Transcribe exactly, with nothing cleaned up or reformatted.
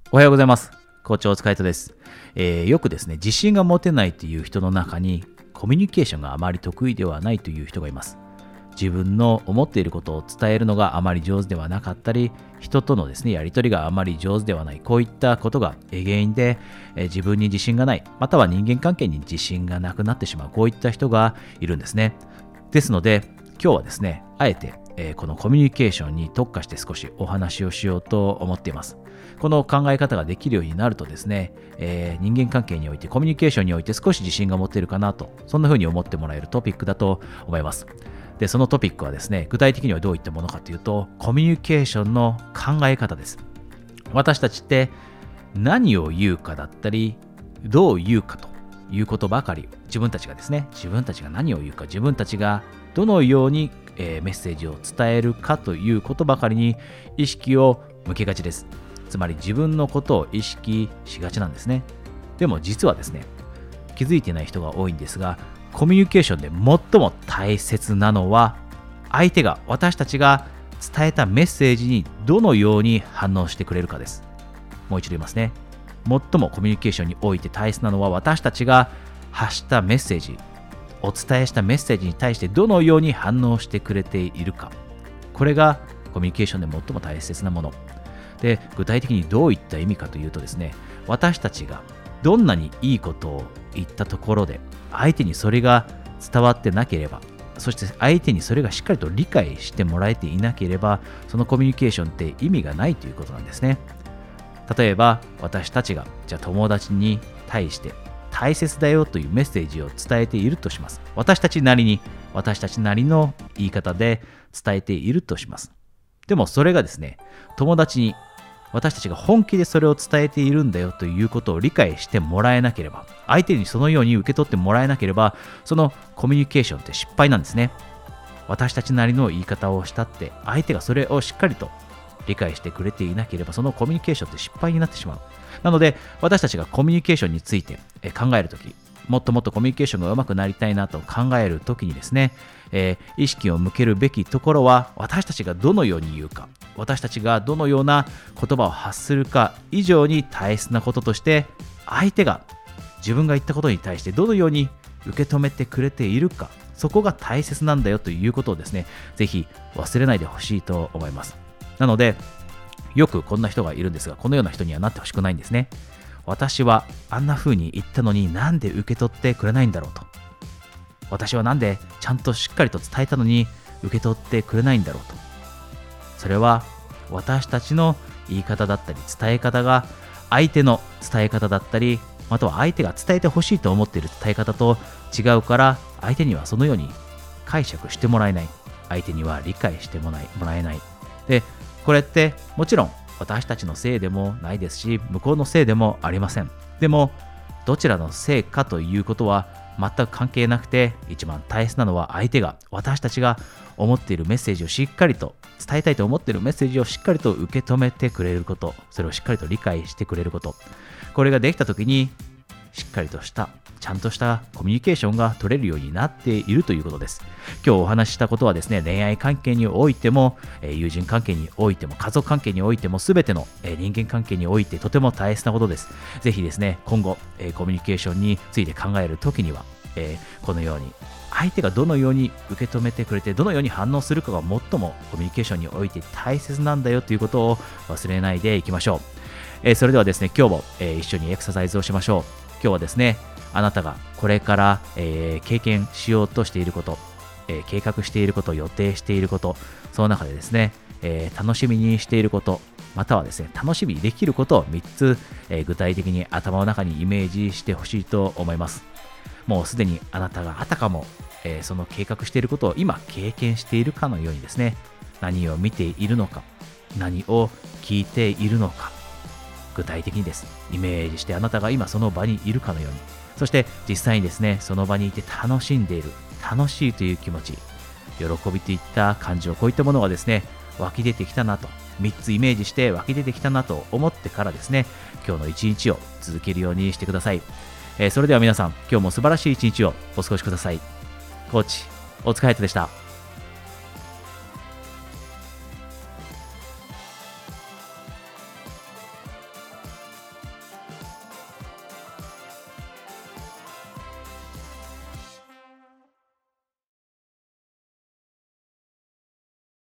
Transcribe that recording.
おはようございます。校長お疲れ様です、えー。よくですね、自信が持てないという人の中にコミュニケーションがあまり得意ではないという人がいます。自分の思っていることを伝えるのがあまり上手ではなかったり、人とのですね、やり取りがあまり上手ではない、こういったことが原因で、えー、自分に自信がない、または人間関係に自信がなくなってしまう、こういった人がいるんですね。ですので、今日はですね、あえて、えー、このコミュニケーションに特化して少しお話をしようと思っています。この考え方ができるようになるとですね、えー、人間関係において、コミュニケーションにおいて少し自信が持てるかなと、そんな風に思ってもらえるトピックだと思います。で、そのトピックはですね、具体的にはどういったものかというと、コミュニケーションの考え方です。私たちって何を言うかだったり、どう言うかということばかり、自分たちがですね、自分たちが何を言うか、自分たちがどのように、えー、メッセージを伝えるかということばかりに意識を向けがちです。つまり自分のことを意識しがちなんですね。でも実はですね、気づいていない人が多いんですが、コミュニケーションで最も大切なのは、相手が、私たちが伝えたメッセージにどのように反応してくれるかです。もう一度言いますね。最もコミュニケーションにおいて大切なのは、私たちが発したメッセージ、お伝えしたメッセージに対してどのように反応してくれているか。これがコミュニケーションで最も大切なもの。で、具体的にどういった意味かというとですね、私たちがどんなにいいことを言ったところで、相手にそれが伝わってなければ、そして相手にそれがしっかりと理解してもらえていなければ、そのコミュニケーションって意味がないということなんですね。例えば、私たちがじゃあ友達に対して大切だよというメッセージを伝えているとします。私たちなりに、私たちなりの言い方で伝えているとします。でもそれがですね、友達に私たちが本気でそれを伝えているんだよということを理解してもらえなければ、相手にそのように受け取ってもらえなければ、そのコミュニケーションって失敗なんですね。私たちなりの言い方をしたって、相手がそれをしっかりと理解してくれていなければ、そのコミュニケーションって失敗になってしまう。なので、私たちがコミュニケーションについて考えるとき、もっともっとコミュニケーションが上手くなりたいなと考えるときにですね、えー、意識を向けるべきところは、私たちがどのように言うか、私たちがどのような言葉を発するか以上に大切なこととして、相手が自分が言ったことに対してどのように受け止めてくれているか、そこが大切なんだよということをですね、ぜひ忘れないでほしいと思います。なので、よくこんな人がいるんですが、このような人にはなってほしくないんですね。私はあんな風に言ったのになんで受け取ってくれないんだろうと。私はなんでちゃんとしっかりと伝えたのに受け取ってくれないんだろうと。それは私たちの言い方だったり伝え方が相手の伝え方だったり、または相手が伝えてほしいと思っている伝え方と違うから、相手にはそのように解釈してもらえない。相手には理解してもらえない。で、これってもちろん私たちのせいでもないですし、向こうのせいでもありません。でも、どちらのせいかということは全く関係なくて、一番大切なのは相手が、私たちが思っているメッセージをしっかりと、伝えたいと思っているメッセージをしっかりと受け止めてくれること、それをしっかりと理解してくれること。これができたときに、しっかりとした、ちゃんとしたコミュニケーションが取れるようになっているということです。今日お話ししたことはですね、恋愛関係においても、友人関係においても、家族関係においても、すべての人間関係においてとても大切なことです。ぜひですね、今後、コミュニケーションについて考えるときには、このように、相手がどのように受け止めてくれて、どのように反応するかが最もコミュニケーションにおいて大切なんだよということを忘れないでいきましょう。それではですね、今日も一緒にエクササイズをしましょう。今日はですね、あなたがこれから、えー、経験しようとしていること、えー、計画していること、予定していること、その中でですね、えー、楽しみにしていること、またはですね、楽しみにできることをみっつ、えー、具体的に頭の中にイメージしてほしいと思います。もうすでにあなたがあたかも、えー、その計画していることを今経験しているかのようにですね、何を見ているのか、何を聞いているのか、具体的にですね、イメージしてあなたが今その場にいるかのように、そして実際にですね、その場にいて楽しんでいる、楽しいという気持ち、喜びといった感情、こういったものがですね、湧き出てきたなと、みっつイメージして湧き出てきたなと思ってからですね、今日の一日を続けるようにしてください。えー、それでは皆さん、今日も素晴らしい一日をお過ごしください。コーチ、お疲れ様でした。